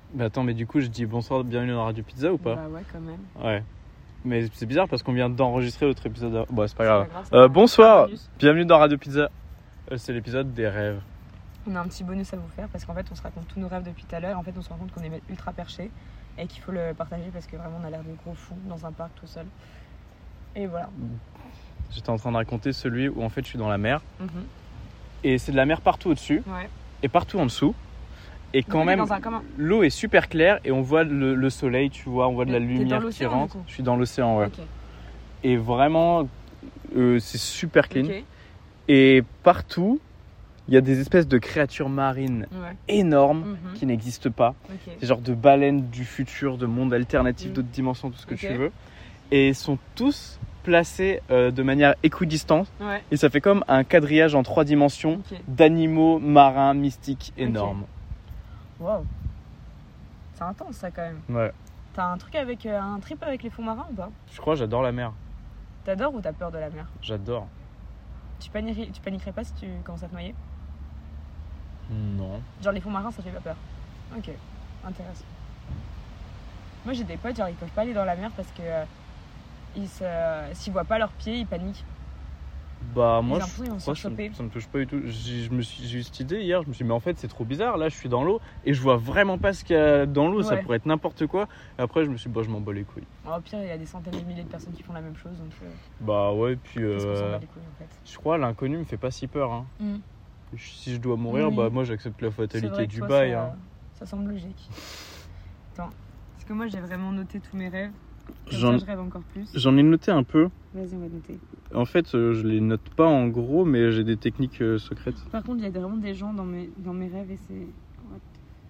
Mais attends, mais du coup, je dis bonsoir, bienvenue dans Radio Pizza ou pas? Bah ouais, quand même. Ouais. Mais c'est bizarre parce qu'on vient d'enregistrer l'autre épisode. Bon, c'est pas C'est grave. pas grave, c'est pas grave. Bonsoir, Un bonus. bienvenue dans Radio Pizza. C'est l'épisode des rêves. On a un petit bonus à vous faire parce qu'en fait, on se raconte tous nos rêves depuis tout à l'heure. En fait, on se rend compte qu'on est ultra perché et qu'il faut le partager parce que vraiment, on a l'air de gros fous dans un parc tout seul. Et voilà. J'étais en train de raconter celui où en fait je suis dans la mer. Mhm. Et c'est de la mer partout au-dessus Ouais. et partout en dessous. Et quand Donc, même, dans un commun. l'eau est super claire et on voit le soleil, tu vois, on voit de la T'es dans lumière qui l'océan, rentre. du coup. Je suis dans l'océan, ouais. Ok. Et vraiment, c'est super clean. Ok. Et partout, il y a des espèces de créatures marines Ouais. énormes Mhm. qui n'existent pas. Ok. Des genres de baleines du futur, de mondes alternatifs, Mm. d'autres dimensions, tout ce que Ok. tu veux. Et ils sont tous placés de manière équidistante. Ouais. Et ça fait comme un quadrillage en 3 dimensions Ok. d'animaux marins mystiques énormes. Wow. C'est intense ça quand même. Ouais. T'as un truc avec un trip avec les fonds marins ou pas? Je crois, j'adore la mer. T'adores ou t'as peur de la mer? J'adore. Tu paniquerais pas si tu commences à te noyer? Non. Genre les fonds marins, ça te fait pas peur? Ok, intéressant. Moi j'ai des potes, genre ils peuvent pas aller dans la mer parce que s'ils voient pas leurs pieds, ils paniquent. Bah Ils moi, ont l'impression qu'ils vont se faire choper. ça me touche pas du tout. J'ai eu cette idée hier, je me suis dit mais en fait c'est trop bizarre, là je suis dans l'eau et je vois vraiment pas ce qu'il y a dans l'eau, ça Ouais. pourrait être n'importe quoi. Et après je me suis dit bah je m'en bats les couilles. Au pire, il y a des centaines de milliers de personnes qui font la même chose, donc Bah ouais, puis qu'est-ce qu'on s'en bat les couilles en fait. je crois l'inconnu me fait pas si peur. Hein. Mm. Si je dois mourir, Oui. bah moi j'accepte la C'est fatalité vrai que du toi, bail. ça, Hein. ça semble logique. Attends, parce que moi j'ai vraiment noté tous mes rêves. Comme J'en- ça, je rêve encore plus. J'en ai noté un peu. Vas-y, on va noter. En fait, je les note pas en gros, mais j'ai des techniques secrètes. Par contre, il y a vraiment des gens dans mes rêves et c'est. What?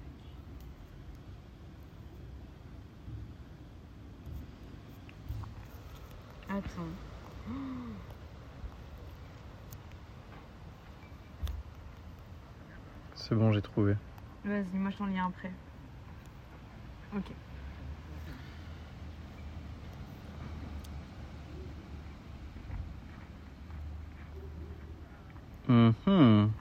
Attends. C'est bon, j'ai trouvé. Vas-y, moi je t'en lis un après. Ok. Mhm.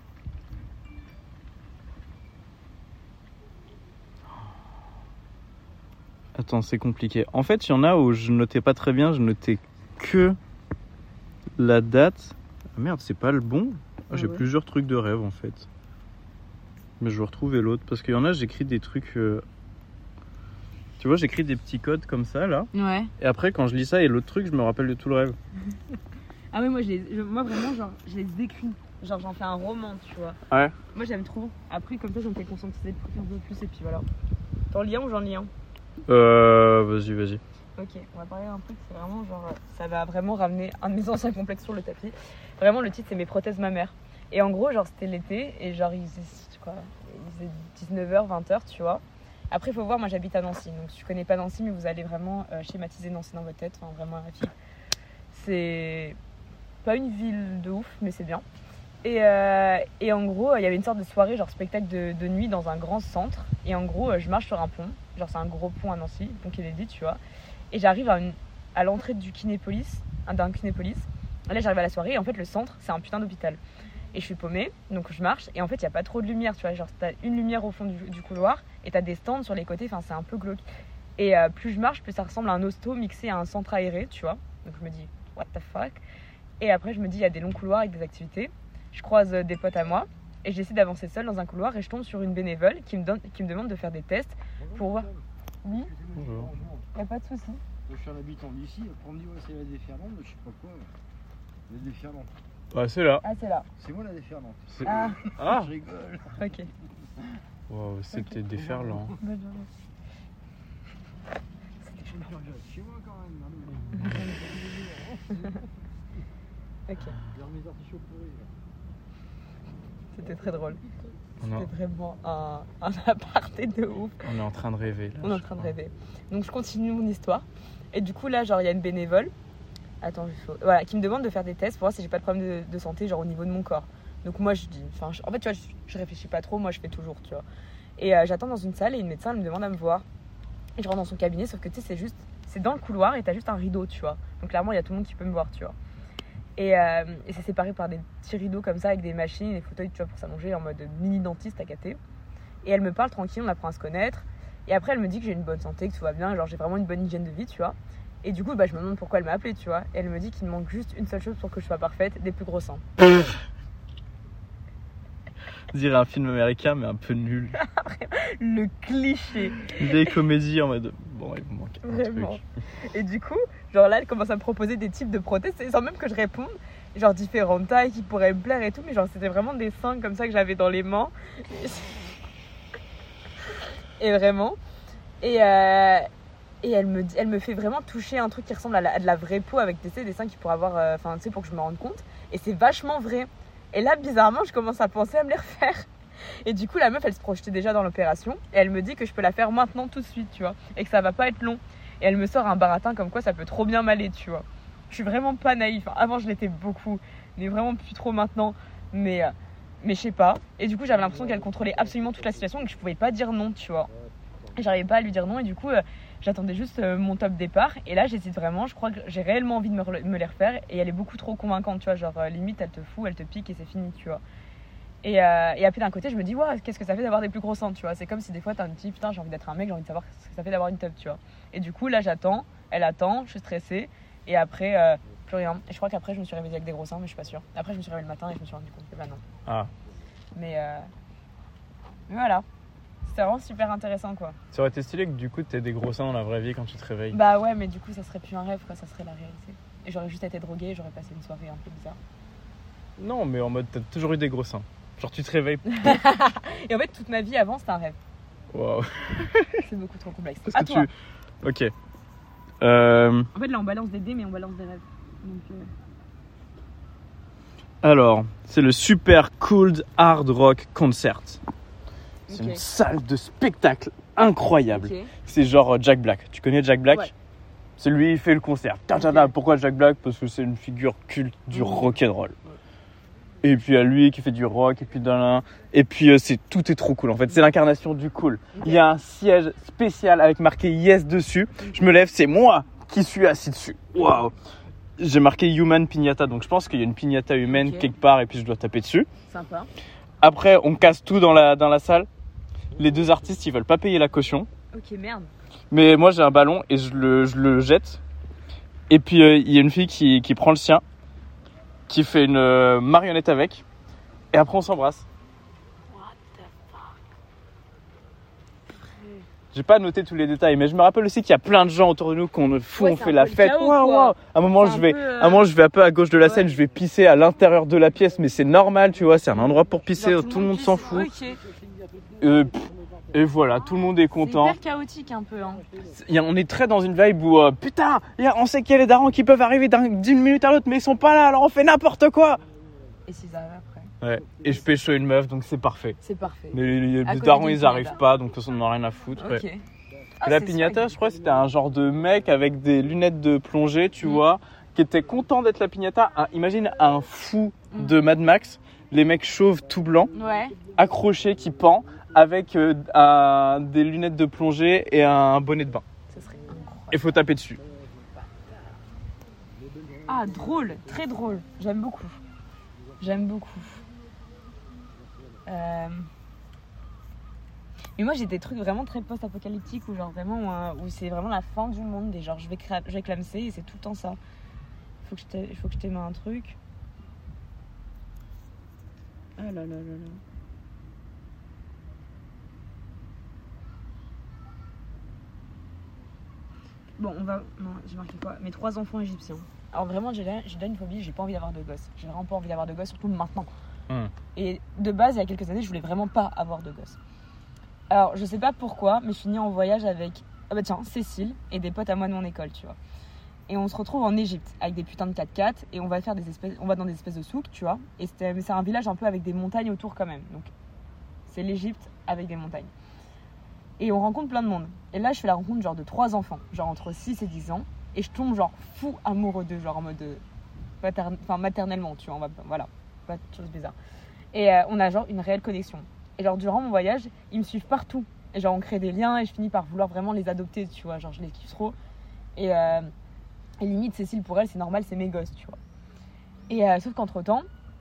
Attends, c'est compliqué. En fait, il y en a où je notais pas très bien, je notais que la date. Ah merde, c'est pas le bon. Ah J'ai ouais. plusieurs trucs de rêve en fait. Mais je vais retrouver l'autre parce qu'il y en a, j'écris des trucs. Tu vois, j'écris des petits codes comme ça là. Ouais. Et après, quand je lis ça et l'autre truc, je me rappelle de tout le rêve. Ah ouais, moi, moi vraiment, genre, je les écris. Genre, j'en fais un roman, tu vois. Ouais. Moi, j'aime trop. Après, comme ça me fait conscientiser le truc un peu plus et puis voilà. T'en lis un ou j'en lis un? Vas-y. Ok, on va parler d'un truc, c'est vraiment genre. Ça va vraiment ramener un de mes anciens complexes sur le tapis. Vraiment, le titre, c'est Mes prothèses mammaires. Et en gros, genre, c'était l'été et genre, il faisait 19h, 20h, tu vois. Après, il faut voir, moi j'habite à Nancy, donc si tu connais pas Nancy, mais vous allez vraiment schématiser Nancy dans votre tête. Enfin, vraiment, la fille. C'est pas une ville de ouf, mais c'est bien. Et en gros, il y avait une sorte de soirée, genre spectacle de nuit dans un grand centre. Et en gros, je marche sur un pont, genre c'est un gros pont à Nancy, pont Kennedy, tu vois. Et j'arrive à l'entrée d'un Kinépolis. Et là, j'arrive à la soirée, et en fait, le centre, c'est un putain d'hôpital. Et je suis paumée, donc je marche, et en fait, il n'y a pas trop de lumière, tu vois. Genre, t'as une lumière au fond du couloir, et t'as des stands sur les côtés, enfin, c'est un peu glauque. Et plus je marche, plus ça ressemble à un hosto mixé à un centre aéré, tu vois. Donc je me dis, what the fuck. Et après, je me dis, il y a des longs couloirs avec des activités. Je croise des potes à moi, et j'essaie d'avancer seule dans un couloir, et je tombe sur une bénévole qui me demande de faire des tests pour voir. Oui, Bonjour. il n'y a pas de souci. Je suis un habitant d'ici, après on me dit ouais c'est la déferlante, je sais pas quoi. La déferlante. Ah, c'est là. Ah, c'est là. C'est moi la déferlante. Ah, Ah. Je rigole. ok. Wow, c'était déferlant. Bonne journée. Chez moi quand même. Ok, Vers mes artichauts pourris. là. c'était très drôle. On est, C'était vraiment un aparté de ouf. on est en train de rêver là. On est en je train de crois. rêver. Donc je continue mon histoire. Et du coup là, genre il y a une bénévole. Attends, voilà, qui me demande de faire des tests pour voir si j'ai pas de problème de santé, genre au niveau de mon corps. Donc moi je dis, en fait tu vois, je réfléchis pas trop, moi je fais toujours, tu vois. Et j'attends dans une salle et une médecin elle me demande à me voir. Et je rentre dans son cabinet, sauf que tu sais, c'est dans le couloir et t'as juste un rideau, tu vois. Donc clairement il y a tout le monde qui peut me voir, tu vois. Et c'est séparé par des petits rideaux comme ça avec des machines, des fauteuils, tu vois, pour s'allonger en mode mini dentiste à capter. Et elle me parle tranquille, on apprend à se connaître. Et après, elle me dit que j'ai une bonne santé, que tout va bien, genre j'ai vraiment une bonne hygiène de vie, tu vois. Et du coup, je me demande pourquoi elle m'a appelée, tu vois. Et elle me dit qu'il me manque juste une seule chose pour que je sois parfaite, des plus gros seins. On dirait un film américain, mais un peu nul. Le cliché. Une vieille comédie en mode bon, il vous manque un Vraiment. truc. Et du coup, genre là, elle commence à me proposer des types de prothèses sans même que je réponde. Genre différentes tailles qui pourraient me plaire et tout. Mais genre, c'était vraiment des seins comme ça que j'avais dans les mains. Et vraiment. Et elle me fait vraiment toucher un truc qui ressemble à de la vraie peau avec des seins qui pourraient avoir. Enfin, tu sais, pour que je me rende compte. Et c'est vachement vrai. Et là, bizarrement, je commence à penser à me les refaire. Et du coup, la meuf, elle se projetait déjà dans l'opération. Et elle me dit que je peux la faire maintenant, tout de suite, tu vois. Et que ça va pas être long. Et elle me sort un baratin comme quoi ça peut trop bien m'aller, tu vois. Je suis vraiment pas naïve. Enfin, avant, je l'étais beaucoup. Mais vraiment plus trop maintenant. Mais je sais pas. Et du coup, j'avais l'impression qu'elle contrôlait absolument toute la situation et que je pouvais pas dire non, tu vois. Et j'arrivais pas à lui dire non. Et du coup, j'attendais juste mon top départ. Et là, j'hésite vraiment. Je crois que j'ai réellement envie de me les refaire. Et elle est beaucoup trop convaincante, tu vois. Genre, limite, elle te fout, elle te pique et c'est fini, tu vois. Et après, d'un côté, je me dis, ouais, qu'est-ce que ça fait d'avoir des plus gros seins, tu vois. C'est comme si des fois, t'as un petit, putain, j'ai envie d'être un mec, j'ai envie de savoir ce que ça fait d'avoir une teub, tu vois. Et du coup, là, j'attends, elle attend, je suis stressée. Et après, plus rien. Et je crois qu'après, je me suis réveillée avec des gros seins, mais je suis pas sûre. Après, je me suis réveillée le matin et je me suis rendu compte que bah non. Ah. Mais voilà. C'était vraiment super intéressant, quoi. Ça aurait été stylé que du coup, t'aies des gros seins dans la vraie vie quand tu te réveilles. Bah ouais, mais du coup, ça serait plus un rêve, quoi. Ça serait la réalité. Et j'aurais juste été droguée et j'aurais passé une soirée un peu bizarre. Non, mais en mode, t'as toujours eu des gros seins. Genre, tu te réveilles. Et en fait, toute ma vie avant, c'était un rêve. Waouh. C'est beaucoup trop complexe. Parce À que toi. Ok. En fait, là, on balance des dés, mais on balance des rêves. Donc, Alors, c'est le Super Cold Hard Rock Concert. C'est Ok. une salle de spectacle incroyable. ok. C'est genre Jack Black. Tu connais Jack Black? Ouais. C'est lui, il fait le concert. Pourquoi Jack Black? Parce que c'est une figure culte du rock'n'roll. Et puis il y a lui qui fait du rock, et puis tout est trop cool en fait. C'est l'incarnation du cool. Ok. Il y a un siège spécial avec marqué Yes dessus. Je me lève, c'est moi qui suis assis dessus. Waouh! J'ai marqué Human Piñata, donc je pense qu'il y a une piñata humaine Ok. quelque part et puis je dois taper dessus. Sympa. Après, on casse tout dans la salle. Les deux artistes, ils veulent pas payer la caution. Ok, merde. Mais moi, j'ai un ballon et je le jette. Et puis, il y a une fille qui prend le sien, qui fait une marionnette avec. Et après, on s'embrasse. What the fuck? J'ai pas noté tous les détails, mais je me rappelle aussi qu'il y a plein de gens autour de nous qu'on fout, Ouais, on c'est fait un la peu le fête. chaos, Waouh, quoi. waouh. À un moment, C'est je un vais, peu, à un moment, je vais un peu à gauche de la ouais. scène, je vais pisser à l'intérieur de la pièce, mais c'est normal, tu vois, c'est un endroit pour pisser, Genre, tout le monde s'en fout. Ok. Et voilà, tout le monde est C'est content. hyper chaotique un peu. Hein. On est très dans une vibe où, putain, on sait qu'il y a les darons qui peuvent arriver d'une minute à l'autre, mais ils sont pas là, alors on fait n'importe quoi. Et s'ils arrivent après? Ouais, et je pécho une meuf, donc c'est parfait. C'est parfait. Mais les À côté darons, d'une ils arrivent piñata. pas, donc de toute façon, on n'a rien à foutre. Ok. Ouais. Ah, La c'est piñata, swag. je crois, c'était un genre de mec avec des lunettes de plongée, tu Mm. vois, qui était content d'être la piñata. Imagine un fou de Mad Max, les mecs chauves tout blancs, Ouais. accrochés qui pend, avec des lunettes de plongée et un bonnet de bain. Ça serait incroyable. Il faut taper dessus. Ah, drôle. Très drôle. J'aime beaucoup. J'aime beaucoup. Mais moi j'ai des trucs vraiment très post-apocalyptiques où genre vraiment où c'est vraiment la fin du monde et genre je vais clamser et c'est tout le temps ça. Il faut que je t'aime un truc. Ah là là là là. Bon, on va. Non, j'ai marqué quoi? Mes 3 enfants égyptiens. Alors vraiment, j'ai là une phobie, j'ai pas envie d'avoir de gosses. J'ai vraiment pas envie d'avoir de gosses, surtout maintenant. Et de base, il y a quelques années, je voulais vraiment pas avoir de gosses. Alors, je sais pas pourquoi, mais je suis née en voyage avec, Cécile et des potes à moi de mon école, tu vois. Et on se retrouve en Égypte avec des putains de 4x4 et on va dans des espèces de souks, tu vois. Mais c'est un village un peu avec des montagnes autour quand même. Donc, c'est l'Égypte avec des montagnes. Et on rencontre plein de monde. Et là, je fais la rencontre genre de 3 enfants, genre entre 6 et 10 ans. Et je tombe genre fou amoureux d'eux, genre en mode maternellement, tu vois. Voilà, pas de choses bizarres. Et on a genre une réelle connexion. Et genre durant mon voyage, ils me suivent partout. Et genre on crée des liens et je finis par vouloir vraiment les adopter, tu vois. Genre je les kiffe trop. Et limite, Cécile, pour elle, c'est normal, c'est mes gosses, tu vois. Et sauf qu'entre-temps,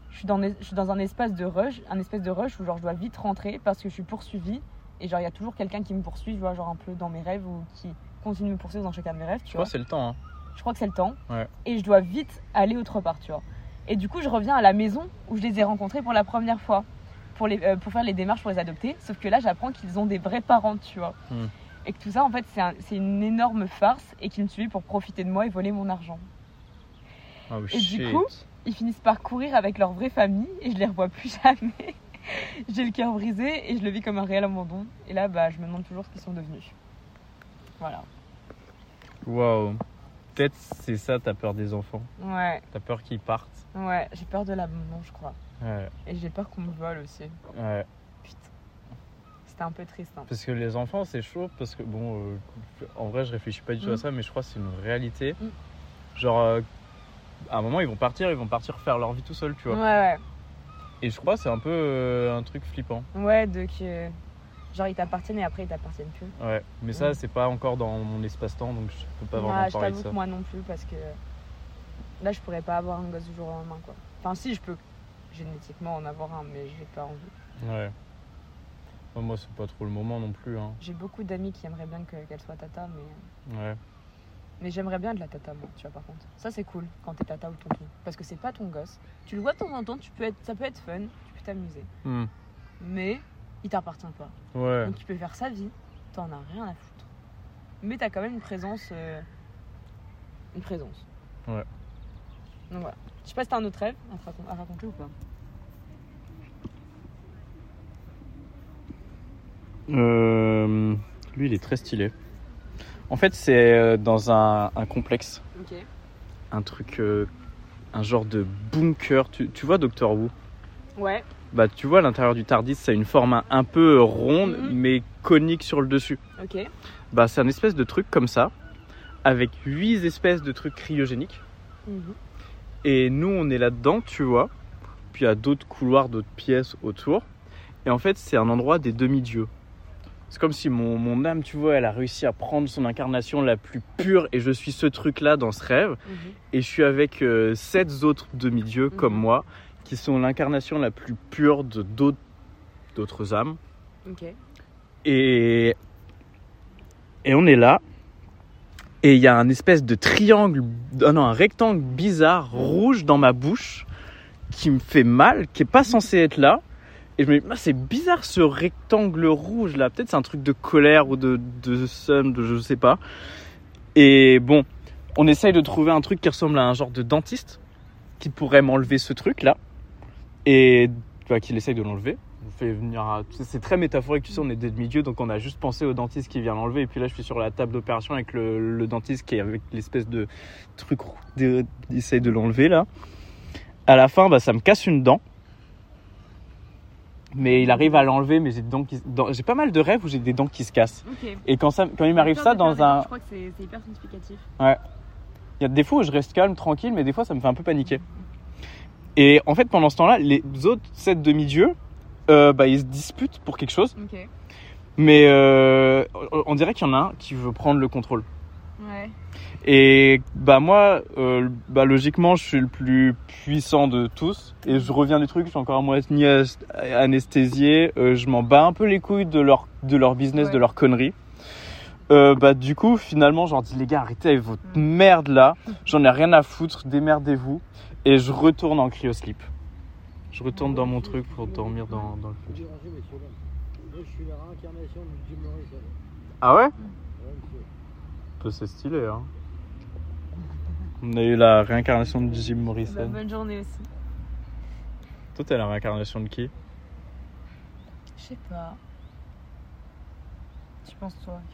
je suis dans un espèce de rush où genre je dois vite rentrer parce que je suis poursuivie et genre il y a toujours quelqu'un qui me poursuit, tu vois, genre un peu dans mes rêves ou qui continue de me poursuivre dans chacun de mes rêves, tu Je vois. crois que c'est le temps. Hein. Je crois que c'est le temps. Ouais. Et je dois vite aller autre part, tu vois. Et du coup, je reviens à la maison où je les ai rencontrés pour la première fois pour faire les démarches pour les adopter. Sauf que là, j'apprends qu'ils ont des vrais parents, tu vois. Et que tout ça, en fait, c'est une énorme farce et qu'ils me suivaient pour profiter de moi et voler mon argent. Oh, et shit. du coup, ils finissent par courir avec leur vraie famille et je les revois plus jamais. J'ai le cœur brisé et je le vis comme un réel abandon. Et là, bah, je me demande toujours ce qu'ils sont devenus. Voilà. Waouh. Peut-être c'est ça, t'as peur des enfants. Ouais. T'as peur qu'ils partent. Ouais, j'ai peur de l'abandon, je crois. Ouais. Et j'ai peur qu'on me vole aussi. Ouais. Putain. C'était un peu triste. Hein. Parce que les enfants, c'est chaud. Parce que, bon, en vrai, je réfléchis pas du tout à ça, mais je crois que c'est une réalité. Genre, à un moment, ils vont partir faire leur vie tout seuls, tu vois. Ouais. Et je crois que c'est un peu un truc flippant. Ouais, genre ils t'appartiennent et après ils t'appartiennent plus. Ouais, mais ça, c'est pas encore dans mon espace-temps, donc je peux pas vraiment Ouais, je parler de t'avoue ça. que moi non plus, parce que là, je pourrais pas avoir un gosse du jour au lendemain, quoi. Enfin, si, je peux génétiquement en avoir un, mais j'ai pas envie. Ouais. Moi, c'est pas trop le moment non plus. Hein. J'ai beaucoup d'amis qui aimeraient bien qu'elle soit tata, Ouais. mais j'aimerais bien de la tata, moi, tu vois, par contre. Ça, c'est cool quand t'es tata ou tonton. Parce que c'est pas ton gosse. Tu le vois de temps en temps, ça peut être fun, tu peux t'amuser. Mais il t'appartient pas. Ouais. Donc, il peut faire sa vie, t'en as rien à foutre. Mais t'as quand même une présence. Une présence. Ouais. Donc voilà. Je sais pas si t'as un autre rêve à raconter ou pas. Lui, il est très stylé. En fait, c'est dans un complexe. Ok. Un truc, un genre de bunker. Tu vois Doctor Who ? Ouais. Bah, tu vois, à l'intérieur du TARDIS, ça a une forme un peu ronde, mais conique sur le dessus. Ok. Bah, c'est un espèce de truc comme ça, avec 8 espèces de trucs cryogéniques. Et nous, on est là-dedans, tu vois. Puis il y a d'autres couloirs, d'autres pièces autour. Et en fait, c'est un endroit des demi-dieux. C'est comme si mon âme, tu vois, elle a réussi à prendre son incarnation la plus pure. Et je suis ce truc-là dans ce rêve. Et je suis avec 7 autres demi-dieux comme moi, qui sont l'incarnation la plus pure de d'autres âmes. Ok. Et on est là. Et il y a un espèce de triangle, un rectangle bizarre, rouge dans ma bouche, qui me fait mal, qui est pas censé être là. Et je me dis, c'est bizarre ce rectangle rouge là. Peut-être c'est un truc de colère ou de somme, je sais pas. Et bon, on essaye de trouver un truc qui ressemble à un genre de dentiste qui pourrait m'enlever ce truc là. Et qu'il essaye de l'enlever. On fait venir c'est très métaphorique, tu sais, on est des demi-dieux, donc on a juste pensé au dentiste qui vient l'enlever. Et puis là, je suis sur la table d'opération avec le dentiste qui est avec l'espèce de truc, il essaye de l'enlever là. À la fin, ça me casse une dent. Mais il arrive à l'enlever, mais j'ai pas mal de rêves où j'ai des dents qui se cassent. Okay. Et quand il m'arrive ça dans un... Je crois que c'est hyper significatif. Ouais. Il y a des fois où je reste calme, tranquille, mais des fois ça me fait un peu paniquer. Et en fait, pendant ce temps-là, les autres 7 demi-dieux, ils se disputent pour quelque chose. Okay. Mais on dirait qu'il y en a un qui veut prendre le contrôle. Ouais. Et moi, logiquement, je suis le plus puissant de tous. Et je reviens du truc, je suis encore à moitié anesthésié. Je m'en bats un peu les couilles de leur business, de leur connerie. Du coup, finalement, je leur dis, les gars, arrêtez avec votre merde là. J'en ai rien à foutre, démerdez-vous. Et je retourne en cryosleep. Je retourne dans mon truc pour dormir dans le futur. Moi, je suis la réincarnation de Jim Morrison. Ah ouais? Ouais, monsieur. C'est stylé, hein. On a eu la réincarnation de Jim Morrison. Bonne journée aussi. Toi, t'es la réincarnation de qui? Je sais pas. Tu penses toi que...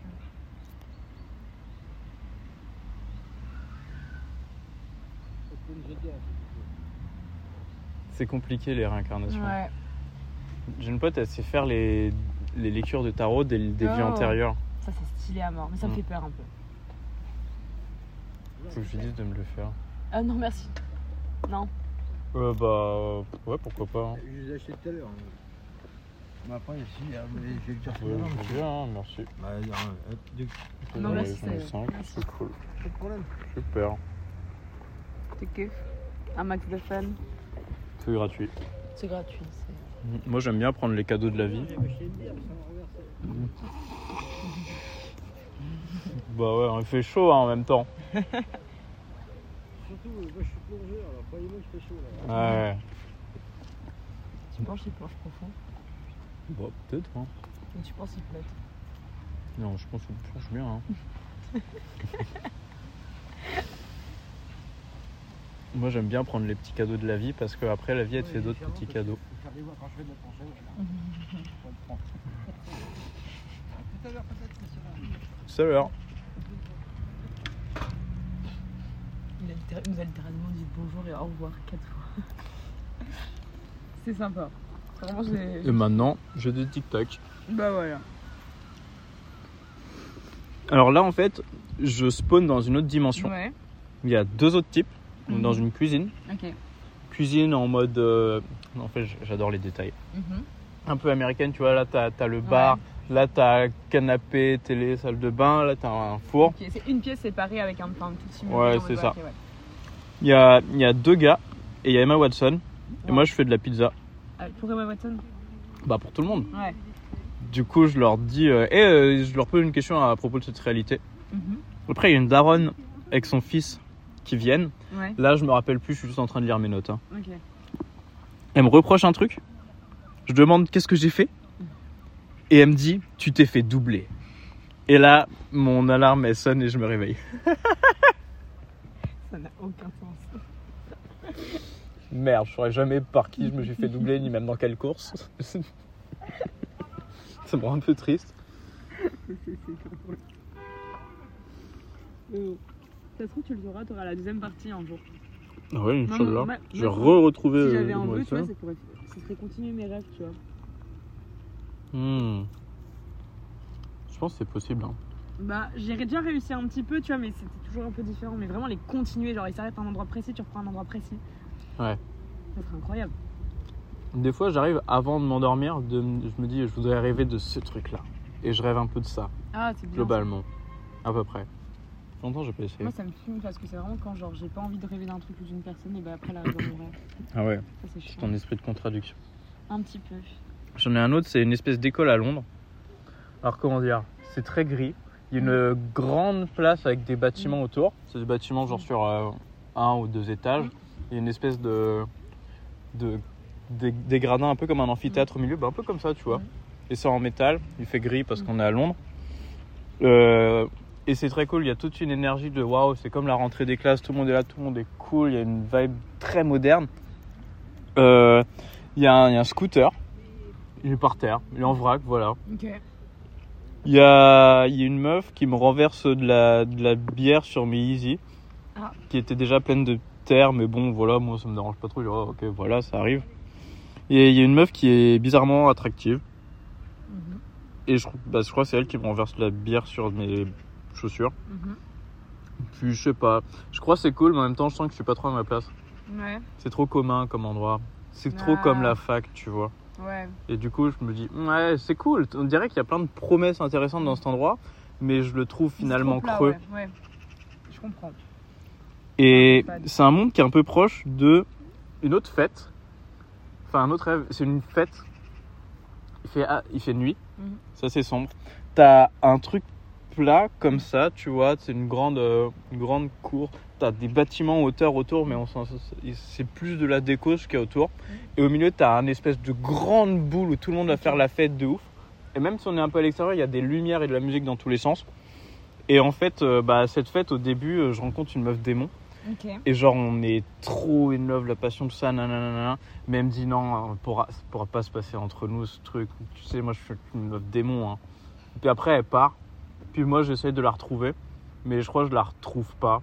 C'est compliqué les réincarnations. Ouais. J'ai une pote, elle sait faire les lectures de tarot des vies antérieures. Ça c'est stylé à mort, mais ça me fait peur un peu. Faut que je lui dise de me le faire. Ah non merci. Non. Ouais, pourquoi pas. Hein. Je les ai achetés tout à l'heure. Mais après, si, j'ai le dire Ouais, je veux bien, hein, merci. Non, merci, j'en ai 5, c'est cool. Pas de problème. Super. Tu kiffes. Un max de fun. C'est gratuit. C'est gratuit. Moi, j'aime bien prendre les cadeaux de la vie. J'ai acheté une bière, ça m'a renversé. Bah ouais, il fait chaud hein, en même temps. Surtout, moi je suis plongeur, alors croyez-moi qu'il fait chaud là. Ouais. Tu penses qu'il plonge profond? Bah peut-être hein. Et tu penses qu'il flotte? Non, je pense qu'il plonge bien hein. Moi j'aime bien prendre les petits cadeaux de la vie parce qu'après la vie elle te fait d'autres petits cadeaux. Faire des voix quand je fais de la planchette. Faut le prendre. Tout à l'heure peut-être, mais c'est là. C'est l'heure. Il nous a littéralement dit bonjour et au revoir 4 fois. C'est sympa. Vraiment, Et maintenant, j'ai des TikTok. Bah voilà. Alors là en fait, je spawn dans une autre dimension. Ouais. Il y a 2 autres types. Donc, dans une cuisine. Ok. Cuisine en mode... En fait, j'adore les détails. Un peu américaine, tu vois. Là, t'as le bar. Ouais. Là, t'as canapé, télé, salle de bain. Là, t'as un four. Ok, c'est une pièce séparée avec un petit petit mur. Ouais, c'est ça. Okay, ouais. Il y a 2 gars. Et il y a Emma Watson. Et moi, je fais de la pizza. Pour Emma Watson? Bah, pour tout le monde. Ouais. Du coup, je leur dis... je leur pose une question à propos de cette réalité. Après, il y a une daronne avec son fils qui viennent. Ouais. Là, je me rappelle plus. Je suis juste en train de lire mes notes. Hein. Ok. Elle me reproche un truc. Je demande qu'est-ce que j'ai fait. Et elle me dit, tu t'es fait doubler. Et là, mon alarme, elle sonne et je me réveille. Ça n'a aucun sens. Merde, je saurais jamais par qui je me suis fait doubler, ni même dans quelle course. Ça me rend un peu triste. Ça se trouve, tu le sauras, tu auras la deuxième partie un jour. Ah ouais, Inch'Allah. Non, Je vais retrouver Si j'avais un vœu, tu ça. vois, ça serait continuer mes rêves, tu vois. Je pense que c'est possible. Hein. Bah, j'ai déjà réussi un petit peu, tu vois, mais c'était toujours un peu différent. Mais vraiment, les continuer, genre, ils s'arrêtent à un endroit précis, tu reprends un endroit précis. Ouais. Ça serait incroyable. Des fois, j'arrive avant de m'endormir, je me dis, je voudrais rêver de ce truc-là. Et je rêve un peu de ça, Ah, c'est bien. globalement. À peu près. Longtemps, j'ai pas essayé. Moi, ça me fume parce que c'est vraiment quand, genre, j'ai pas envie de rêver d'un truc ou d'une personne, et bah après, là, dans mon rêve. Ah ouais, Ça, c'est c'est chiant. ton esprit de contradiction. Un petit peu. J'en ai un autre, c'est une espèce d'école à Londres. Alors comment dire, c'est très gris. Il y a une grande place avec des bâtiments autour. C'est des bâtiments genre sur 1 ou 2 étages. Il y a une espèce des gradins un peu comme un amphithéâtre au milieu, bah, un peu comme ça tu vois. Et c'est en métal, il fait gris parce qu'on est à Londres. Et c'est très cool, il y a toute une énergie de waouh, c'est comme la rentrée des classes, tout le monde est là, tout le monde est cool, il y a une vibe très moderne. Il y a un scooter, il est par terre, il est en vrac, voilà. Ok. Il y a une meuf qui me renverse de la bière sur mes Yeezy, qui était déjà pleine de terre, mais bon, voilà, moi ça me dérange pas trop. Je dis, oh, ok, voilà, ça arrive. Et il y a une meuf qui est bizarrement attractive. Et je crois que c'est elle qui me renverse de la bière sur mes chaussures. Puis je sais pas, je crois que c'est cool, mais en même temps, je sens que je suis pas trop à ma place. Ouais. C'est trop commun comme endroit. C'est trop comme la fac, tu vois. Ouais. Et du coup, je me dis, ouais, c'est cool. On dirait qu'il y a plein de promesses intéressantes dans cet endroit, mais je le trouve finalement plat, creux. Ouais. Je comprends. Et c'est un monde qui est un peu proche de une autre fête. Enfin, un autre rêve. C'est une fête. Il fait nuit. Ça, c'est sombre. T'as un truc plat comme ça, tu vois. C'est une grande cour. T'as des bâtiments en hauteur autour, mais c'est plus de la déco ce qu'il y a autour. Et au milieu, t'as un espèce de grande boule où tout le monde va faire la fête de ouf. Et même si on est un peu à l'extérieur, il y a des lumières et de la musique dans tous les sens. Et en fait, cette fête, au début, je rencontre une meuf démon. Okay. Et genre, on est trop in love, la passion, tout ça, nanana. Mais elle me dit non, ça pourra pas se passer entre nous ce truc. Tu sais, moi, je suis une meuf démon. Hein. Et puis après, elle part. Puis moi, j'essaie de la retrouver. Mais je crois que je la retrouve pas.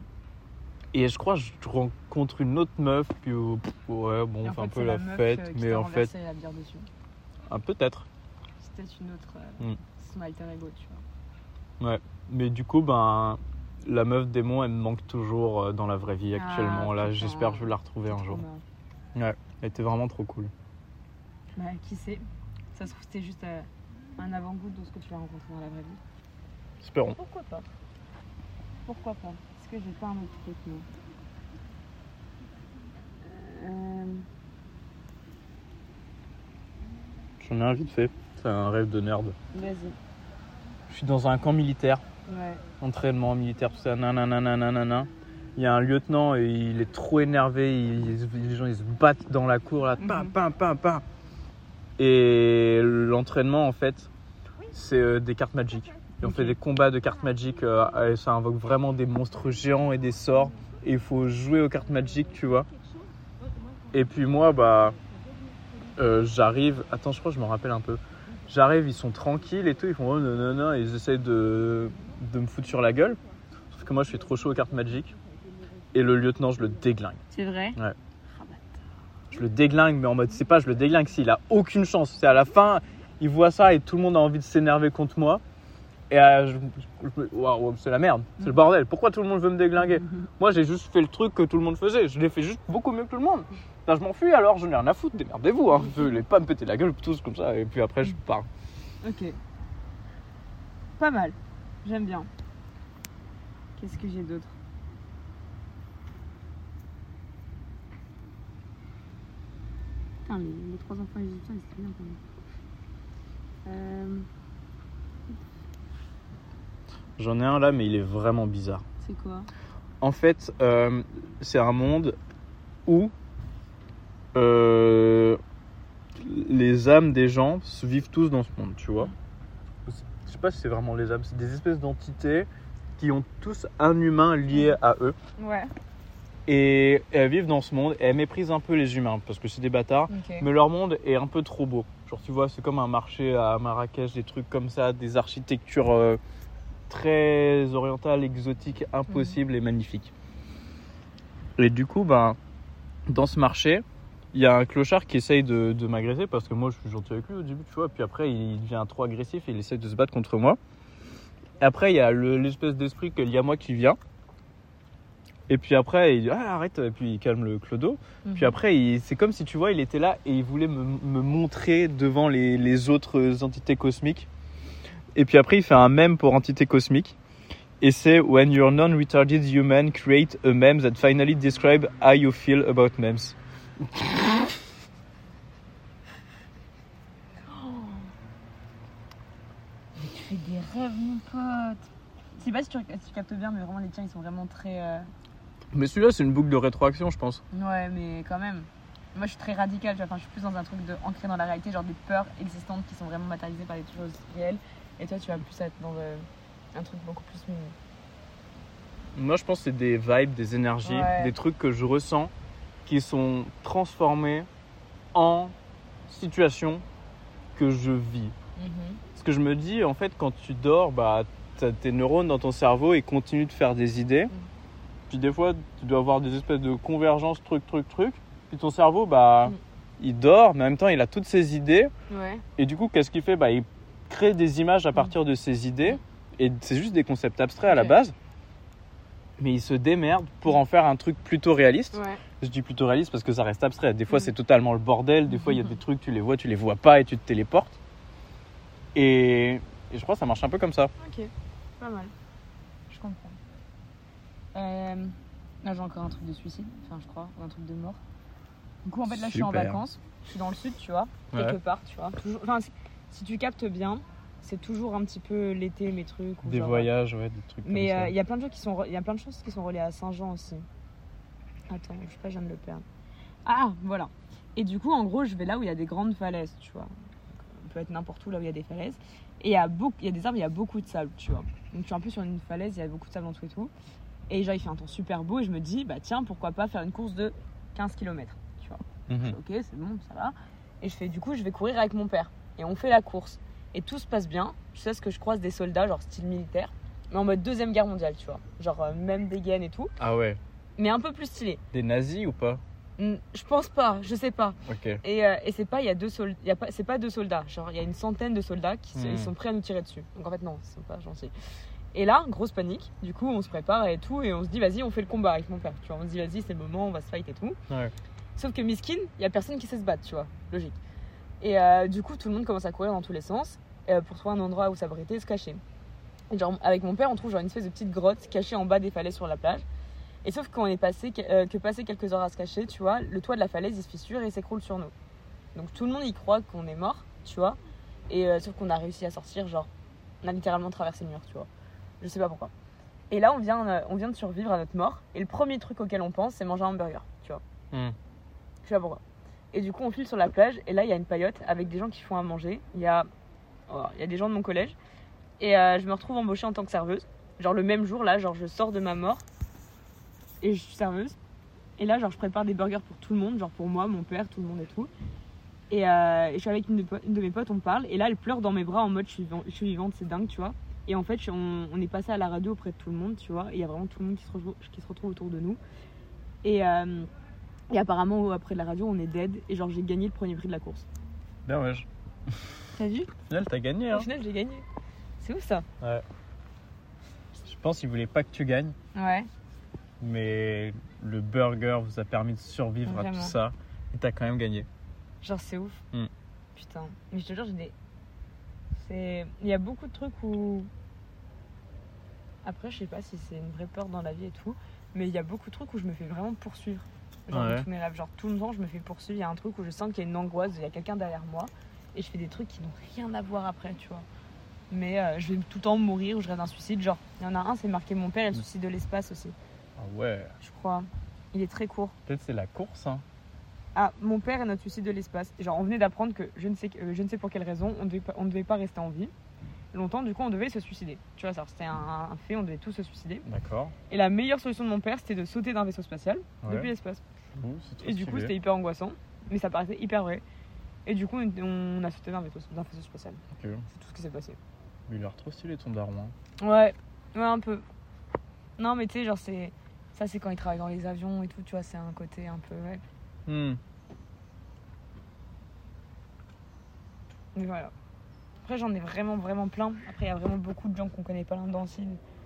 Et je crois que je rencontre une autre meuf. Puis ouais, bon, on fait un peu la fête. Mais en fait. La bière dessus. Peut-être. C'était une autre. Son alter ego, tu vois. Ouais. Mais du coup, la meuf démon, elle me manque toujours dans la vraie vie actuellement. Là, j'espère que je vais la retrouver un jour. Ouais, elle était vraiment trop cool. Bah, qui sait? Ça se trouve, c'était juste un avant-goût de ce que tu vas rencontrer dans la vraie vie. Espérons. Pourquoi pas? Pourquoi pas? Est-ce que j'ai pas un autre truc, moi? J'en ai un vite fait. C'est un rêve de nerd. Vas-y. Je suis dans un camp militaire. Ouais. Entraînement militaire, tout ça, nanana. Il y a un lieutenant et il est trop énervé. Les gens ils se battent dans la cour là, pam. Et l'entraînement en fait, c'est des cartes Magic. Et on fait des combats de cartes Magic. Et ça invoque vraiment des monstres géants et des sorts. Et il faut jouer aux cartes Magic, tu vois. Et puis moi, j'arrive. Attends, je crois que je me rappelle un peu. J'arrive, ils sont tranquilles et tout. Ils font non. Et ils essayent de me foutre sur la gueule. Sauf que moi, je suis trop chaud aux cartes Magic. Et le lieutenant, je le déglingue. C'est vrai? Ouais. Je le déglingue, mais en mode, c'est pas je le déglingue s'il a aucune chance. C'est à la fin, il voit ça et tout le monde a envie de s'énerver contre moi. Et waouh, c'est la merde, c'est le bordel. Pourquoi tout le monde veut me déglinguer? Moi, j'ai juste fait le truc que tout le monde faisait. Je l'ai fait juste beaucoup mieux que tout le monde. Là, je m'enfuis alors, je n'ai rien à foutre. Démerdez-vous, hein. Je voulais pas me péter la gueule tous comme ça. Et puis après, je pars. Ok. Pas mal. J'aime bien. Qu'est-ce que j'ai d'autre? Putain, les 3 enfants égyptiens, ils étaient bien quand même. J'en ai un là, mais il est vraiment bizarre. C'est quoi? En fait, c'est un monde où les âmes des gens se vivent tous dans ce monde, tu vois. Je sais pas si c'est vraiment les âmes, c'est des espèces d'entités qui ont tous un humain lié à eux. Ouais. Et elles vivent dans ce monde et elles méprisent un peu les humains parce que c'est des bâtards. Ok. Mais leur monde est un peu trop beau. Genre, tu vois, c'est comme un marché à Marrakech, des trucs comme ça, des architectures très orientales, exotiques, impossibles et magnifiques. Et du coup, dans ce marché, il y a un clochard qui essaye de m'agresser parce que moi, je suis gentil avec lui au début, tu vois. Puis après, il devient trop agressif et il essaye de se battre contre moi. Et après, il y a l'espèce d'esprit qu'il y a moi qui vient. Et puis après, il dit arrête, et puis il calme le clodo. Puis après, c'est comme si tu vois, il était là et il voulait me montrer devant les autres entités cosmiques. Et puis après, il fait un mème pour entité cosmique. Et c'est When your non-retarded human create a meme that finally describe how you feel about memes. Tu fais des rêves, mon pote. Je sais pas si tu captes bien, mais vraiment, les tiens, ils sont vraiment très. Mais celui-là, c'est une boucle de rétroaction, je pense. Ouais, mais quand même. Moi, je suis très radicale, tu vois. Enfin, je suis plus dans un truc ancré dans la réalité, genre des peurs existantes qui sont vraiment matérialisées par des choses réelles. Et toi, tu vas plus être dans un truc beaucoup plus. Moi, je pense que c'est des vibes, des énergies, des trucs que je ressens qui sont transformés en situations que je vis. Parce que je me dis, en fait, quand tu dors, t'as tes neurones dans ton cerveau et continuent de faire des idées. Puis des fois, tu dois avoir des espèces de convergences, truc. Puis ton cerveau, il dort, mais en même temps, il a toutes ses idées. Ouais. Et du coup, qu'est-ce qu'il fait? Il crée des images à partir de ses idées. Et c'est juste des concepts abstraits à la base. Mais il se démerde pour en faire un truc plutôt réaliste. Ouais. Je dis plutôt réaliste parce que ça reste abstrait. Des fois, c'est totalement le bordel. Des fois, il y a des trucs, tu les vois pas et tu te téléportes. Et je crois que ça marche un peu comme ça. Ok, pas mal. Je comprends. Là, j'ai encore un truc de suicide, enfin, je crois, ou un truc de mort. Du coup, en fait, là, je suis en vacances. Je suis dans le sud, tu vois, quelque part, tu vois. Toujours, enfin, si tu captes bien, c'est toujours un petit peu l'été, mes trucs. Ou des voyages, des trucs mais comme ça. il y a plein de gens il y a plein de choses qui sont reliées à Saint-Jean aussi. Attends, je sais pas, je viens de le perdre. Ah, voilà. Et du coup, en gros, je vais là où il y a des grandes falaises, tu vois. On peut être n'importe où là où il y a des falaises. Et il y a des arbres, il y a beaucoup de sable, tu vois. Donc, tu es un peu sur une falaise, il y a beaucoup de sable en tout et tout. Et genre, il fait un temps super beau et je me dis, tiens, pourquoi pas faire une course de 15 km, tu vois. Je fais, ok, c'est bon, ça va. Et je fais, du coup, je vais courir avec mon père. Et on fait la course. Et tout se passe bien. Je sais ce que je croise des soldats, genre style militaire, mais en mode Deuxième Guerre mondiale, tu vois. Genre, même des gaines et tout. Ah ouais. Mais un peu plus stylé. Des nazis ou pas? Je pense pas, je sais pas. Ok. Et c'est pas, c'est pas 2 soldats. Genre, il y a une centaine de soldats qui ils sont prêts à nous tirer dessus. Donc en fait, non, ils sont pas gentils. Et là, grosse panique. Du coup, on se prépare et tout. Et on se dit, vas-y, on fait le combat avec mon père. Tu vois, on se dit, vas-y, c'est le moment, on va se fight et tout. Ouais. Sauf que miskin, il y a personne qui sait se battre, tu vois. Logique. Et du coup, tout le monde commence à courir dans tous les sens pour trouver un endroit où s'abriter et se cacher. Et genre, avec mon père, on trouve genre une espèce de petite grotte cachée en bas des falaises sur la plage. Et sauf qu'on est passé quelques heures à se cacher, tu vois, le toit de la falaise il se fissure et il s'écroule sur nous. Donc tout le monde y croit qu'on est mort. tu vois. Et sauf qu'on a réussi à sortir, genre, on a littéralement traversé le mur, tu vois. Je sais pas pourquoi. Et là, on vient de survivre à notre mort. Et le premier truc auquel on pense, c'est manger un hamburger, tu vois. Je sais pas pourquoi. Et du coup, on file sur la plage. Et là, il y a une paillote avec des gens qui font à manger. Il y a des gens de mon collège. Et je me retrouve embauchée en tant que serveuse. Genre le même jour, là, genre je sors de ma mort. Et je suis serveuse. Et là, genre je prépare des burgers pour tout le monde. Genre pour moi, mon père, tout le monde et tout. Et je suis avec une de mes potes, on parle. Et là, elle pleure dans mes bras en mode je suis vivante, c'est dingue, tu vois. Et en fait, on est passé à la radio auprès de tout le monde, tu vois. Et il y a vraiment tout le monde qui se retrouve autour de nous. Et apparemment, après la radio, on est dead. Et genre, j'ai gagné le premier prix de la course. Bien, ouais. T'as vu ? Au final, t'as gagné. Au final, j'ai gagné. C'est ouf ça. Ouais. Je pense qu'ils voulaient pas que tu gagnes. Ouais. Mais le burger vous a permis de survivre Vraiment. à tout ça. Et t'as quand même gagné. Genre, c'est ouf. Putain. Mais je te jure, il y a beaucoup de trucs où... Après, je sais pas si c'est une vraie peur dans la vie et tout, mais il y a beaucoup de trucs où je me fais vraiment poursuivre. Genre, dans tous mes rêves. Genre, tout le temps, je me fais poursuivre. Il y a un truc où je sens qu'il y a une angoisse, il y a quelqu'un derrière moi. Et je fais des trucs qui n'ont rien à voir après, tu vois. Mais je vais tout le temps mourir ou je rêve d'un suicide. Genre, il y en a un, c'est marqué mon père et le suicide de l'espace aussi. Ah ouais. Je crois. Il est très court. Peut-être c'est la course, hein. Ah, mon père et notre suicide de l'espace. Et genre, on venait d'apprendre que je ne sais pour quelle raison, on ne devait pas rester en vie. Longtemps, du coup, on devait se suicider. Tu vois, ça, c'était un fait, on devait tous se suicider. D'accord. Et la meilleure solution de mon père, c'était de sauter d'un vaisseau spatial depuis l'espace. Et du coup, c'était hyper angoissant, mais ça paraissait hyper vrai. Et du coup, on a sauté d'un vaisseau spatial. Ok. C'est tout ce qui s'est passé. Mais il a l'air trop stylé ton daron. Hein. Ouais, un peu. Non, mais tu sais, genre, c'est quand il travaille dans les avions et tout, tu vois, c'est un côté un peu, ouais. Mais voilà. Après, j'en ai vraiment, vraiment plein. Après, il y a vraiment beaucoup de gens qu'on connaît pas là-dedans aussi.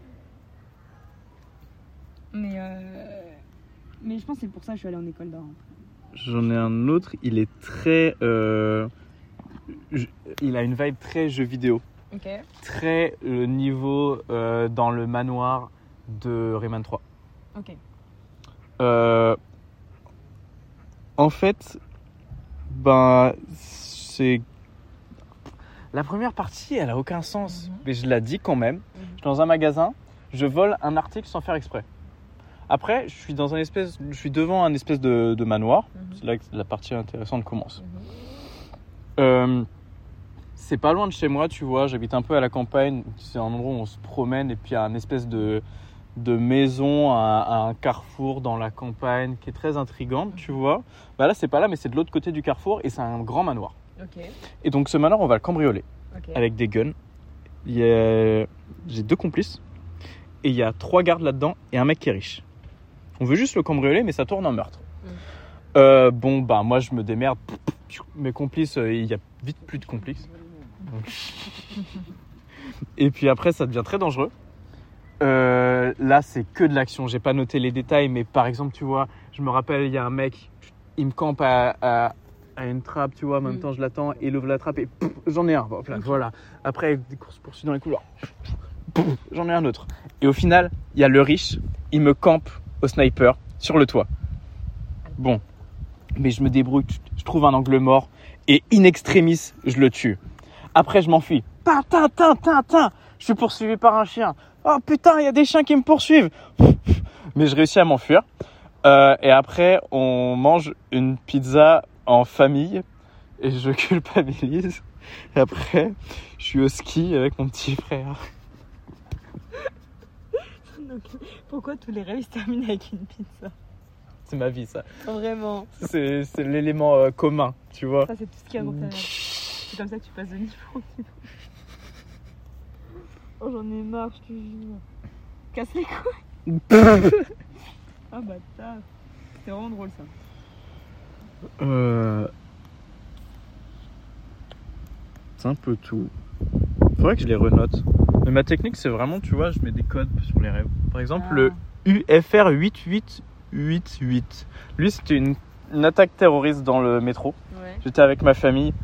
Mais je pense que c'est pour ça que je suis allée en école d'art. J'en ai un autre, il est très... il a une vibe très jeu vidéo. Ok. Très niveau dans le manoir de Rayman 3. Ok. En fait, ben, c'est... La première partie, elle a aucun sens. Mais je la dis quand même. Je suis dans un magasin, je vole un article sans faire exprès. Après, je suis devant un espèce de manoir. C'est là que la partie intéressante commence. C'est pas loin de chez moi, tu vois. J'habite un peu à la campagne. C'est un endroit où on se promène et puis il y a une espèce de maison à un carrefour dans la campagne qui est très intrigante, tu vois. Bah là, c'est pas là, mais c'est de l'autre côté du carrefour et c'est un grand manoir. Ok. Et donc ce manoir, on va le cambrioler avec des guns. J'ai 2 complices et il y a 3 gardes là-dedans et un mec qui est riche. On veut juste le cambrioler, mais ça tourne en meurtre. Moi je me démerde. Mes complices, il y a vite plus de complices. Et puis après, ça devient très dangereux. Là, c'est que de l'action. J'ai pas noté les détails, mais par exemple, tu vois, je me rappelle, il y a un mec, il me campe à une trappe, tu vois, en même temps je l'attends, et il ouvre la trappe et j'en ai un. Voilà. Après, des courses-poursuites dans les couloirs. J'en ai un autre. Et au final, il y a le riche, il me campe au sniper sur le toit. Bon, mais je me débrouille, je trouve un angle mort et in extremis, je le tue. Après, je m'enfuis. Je suis poursuivi par un chien. Oh putain, il y a des chiens qui me poursuivent. Mais je réussis à m'enfuir. Et après, on mange une pizza en famille et je culpabilise. Et après, je suis au ski avec mon petit frère. Donc, pourquoi tous les rêves se terminent avec une pizza ? C'est ma vie, ça. Vraiment. C'est l'élément commun, tu vois. Ça, c'est tout ce qu'il y a dans ta vie. C'est comme ça que tu passes de niveau en niveau. Oh, j'en ai marre, je te jure. Casse les couilles. Ah, bâtard. C'était vraiment drôle, ça. C'est un peu tout. Faudrait que je les renote. Mais ma technique, c'est vraiment, tu vois, je mets des codes sur les rêves. Par exemple, le UFR 8888. Lui, c'était une attaque terroriste dans le métro. Ouais. J'étais avec ma famille.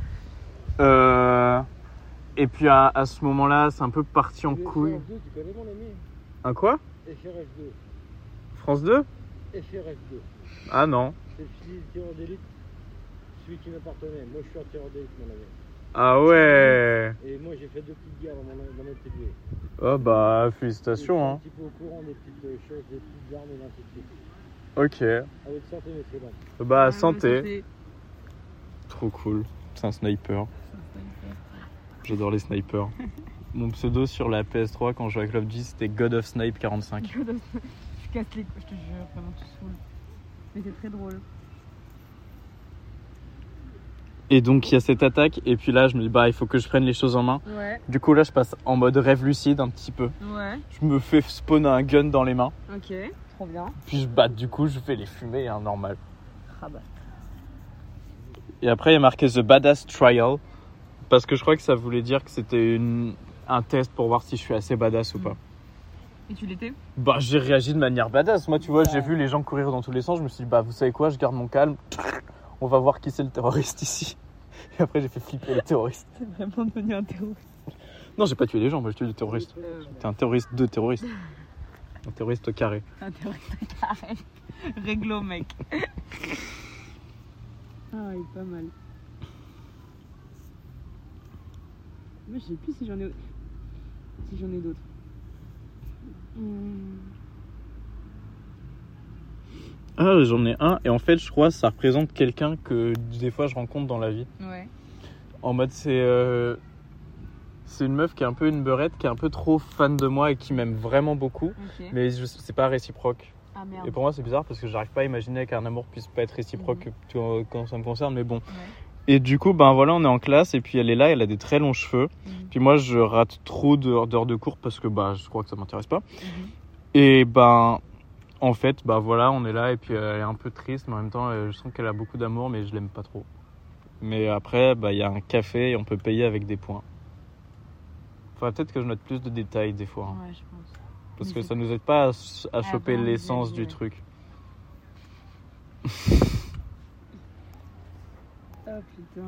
Et puis à ce moment-là, c'est un peu parti en couille. FRF2, tu connais mon ami ? Un quoi ? FRF2. France 2 ? FRF2. Ah non. C'est le fusil de tireur d'élite, celui qui m'appartenait. Moi, je suis un tireur d'élite, mon ami. Ah ouais. Et moi, j'ai fait 2 petites guerres dans mon atelier. Oh bah, Je suis félicitations, un hein. petit peu au courant des petites choses, des petites armes et ainsi de suite. Ok. Avec santé, messieurs, dames. Bah, santé. Trop cool. C'est un sniper. J'adore les snipers. Mon pseudo sur la PS3 quand je jouais à Club G, c'était God of Snipe 45. Je casse les couilles, je te jure, vraiment tout saoul. Mais c'est très drôle. Et donc il y a cette attaque, et puis là je me dis bah il faut que je prenne les choses en main. Ouais, Du coup là je passe en mode rêve lucide un petit peu. ouais, Je me fais spawn un gun dans les mains, ok, trop bien. puis je batte, du coup je fais les fumées, hein, normal. Ah bah. Et après il y a marqué The Badass Trial, parce que je crois que ça voulait dire que c'était un test pour voir si je suis assez badass ou pas. Et tu l'étais? Bah j'ai réagi de manière badass, moi tu vois Ouais. j'ai vu les gens courir dans tous les sens, je me suis dit bah vous savez quoi, je garde mon calme, on va voir qui c'est le terroriste ici. Et après j'ai fait flipper les terroristes. T'es vraiment devenu un terroriste. Non j'ai pas tué les gens, moi j'ai tué des terroristes. T'es un terroriste de terroriste. Un terroriste au carré. Un terroriste carré. Réglo, mec. Ah, il est pas mal. Moi, je sais plus si j'en ai d'autres. Ah j'en ai un, et en fait je crois que ça représente quelqu'un que des fois je rencontre dans la vie. Ouais. En mode c'est une meuf qui est un peu une beurette, qui est un peu trop fan de moi et qui m'aime vraiment beaucoup. Ok. Mais c'est pas réciproque. Ah merde. Et pour moi c'est bizarre parce que j'arrive pas à imaginer qu'un amour puisse pas être réciproque quand ça me concerne, mais bon. Ouais. Et du coup ben voilà, on est en classe et puis elle est là, elle a des très longs cheveux. Puis moi je rate trop d'heures de cours parce que bah je crois que ça m'intéresse pas. Et ben en fait bah voilà, on est là et puis elle est un peu triste, mais en même temps je sens qu'elle a beaucoup d'amour, mais je l'aime pas trop. Mais après bah il y a un café et on peut payer avec des points. Faudrait peut-être que je note plus de détails des fois, hein, Ouais, je pense. parce Mais que c'est- ça nous aide pas à choper vraiment l'essence visualiser, du ouais. truc. Ah putain.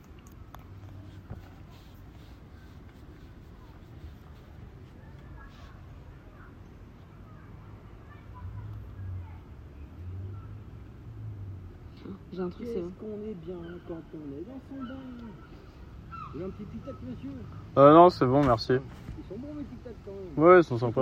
J'ai un truc, c'est Qu'est-ce qu'on est bien quand on est dans son bain. Vous avez un petit tic-tac, monsieur? Non c'est bon, merci. Ils sont bons, mes tic-tac, quand même. Ouais, ils sont sympas.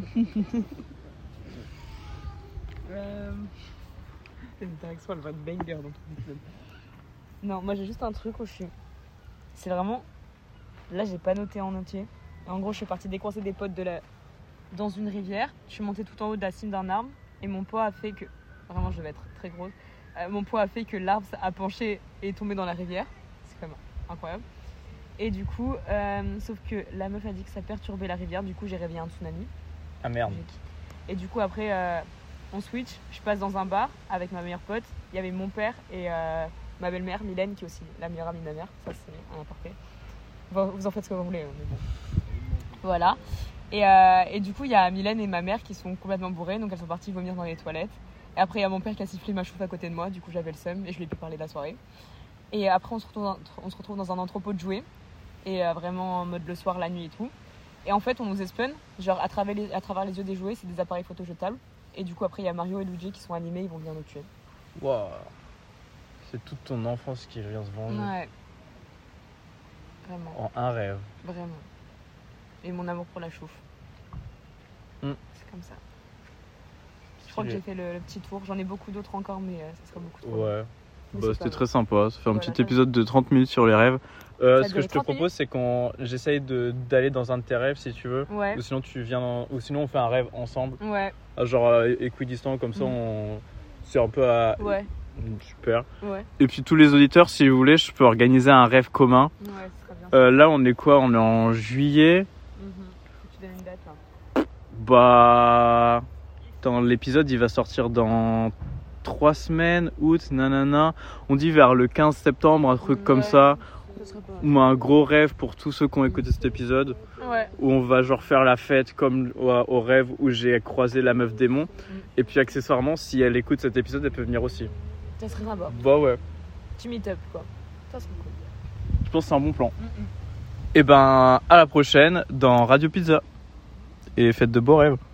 C'est intéressant, elle va de banger dans ton épisode. Non, moi j'ai juste un truc où je suis. C'est vraiment. Là, j'ai pas noté en entier. En gros, je suis partie décoincer des potes dans une rivière. Je suis montée tout en haut de la cime d'un arbre. Et mon poids a fait que. Vraiment, je devais être très grosse. Mon poids a fait que l'arbre a penché et est tombé dans la rivière. C'est quand même incroyable. Et du coup, sauf que la meuf a dit que ça perturbait la rivière. Du coup, j'ai réveillé un tsunami. Ah merde. Et du coup, après, on switch. Je passe dans un bar avec ma meilleure pote. Il y avait mon père et ma belle-mère, Mylène, qui est aussi la meilleure amie de ma mère. Ça, c'est un aparté. Vous en faites ce que vous voulez, mais bon. Voilà. Et du coup, il y a Mylène et ma mère qui sont complètement bourrées. Donc, elles sont parties vomir dans les toilettes. Et après, il y a mon père qui a sifflé ma chouffe à côté de moi. Du coup, j'avais le seum et je lui ai pu parler de la soirée. Et après, on se retrouve dans un entrepôt de jouets. Et vraiment en mode le soir, la nuit et tout. Et en fait, on nous espionne. Genre, à travers les yeux des jouets, c'est des appareils photo jetables. Et du coup, après, il y a Mario et Luigi qui sont animés. Ils vont venir nous tuer. Wow. C'est toute ton enfance qui vient se venger. Ouais. Vraiment. En un rêve. Vraiment. Et mon amour pour la chouffe. Mm. C'est comme ça. Je crois que j'ai fait le petit tour. J'en ai beaucoup d'autres encore, mais ça sera beaucoup trop. Ouais. Mais Bah, c'est c'était pas très sympa. Ça fait un Voilà, petit ça- épisode de 30 minutes sur les rêves. Ça a Ce que duré je te 30 propose, c'est qu'on j'essaye d'aller dans un de tes rêves si tu veux. grave. Ouais. Ou sinon ou sinon on fait un rêve ensemble, Ouais. genre équidistant comme ça. C'est un peu à Ouais. super. Ouais. Et puis tous les auditeurs, si vous voulez, je peux organiser un rêve commun. Ouais, ce sera bien. Là, on est quoi? On est en juillet. Faut que tu donnes une date là. Bah, l'épisode il va sortir dans 3 semaines, août, nanana. On dit vers le 15 septembre, un truc comme Ouais. ça. Ce serait pas Ou un gros rêve pour tous ceux qui ont écouté cet épisode. mal. Ouais. Où on va genre faire la fête comme au rêve où j'ai croisé la meuf démon. Et puis accessoirement, si elle écoute cet épisode, elle peut venir aussi. Ça serait sympa. Bah ouais, Petit meet-up quoi. Ça serait cool. je pense que c'est un bon plan. Et ben, à la prochaine dans Radio Pizza. Et faites de beaux rêves.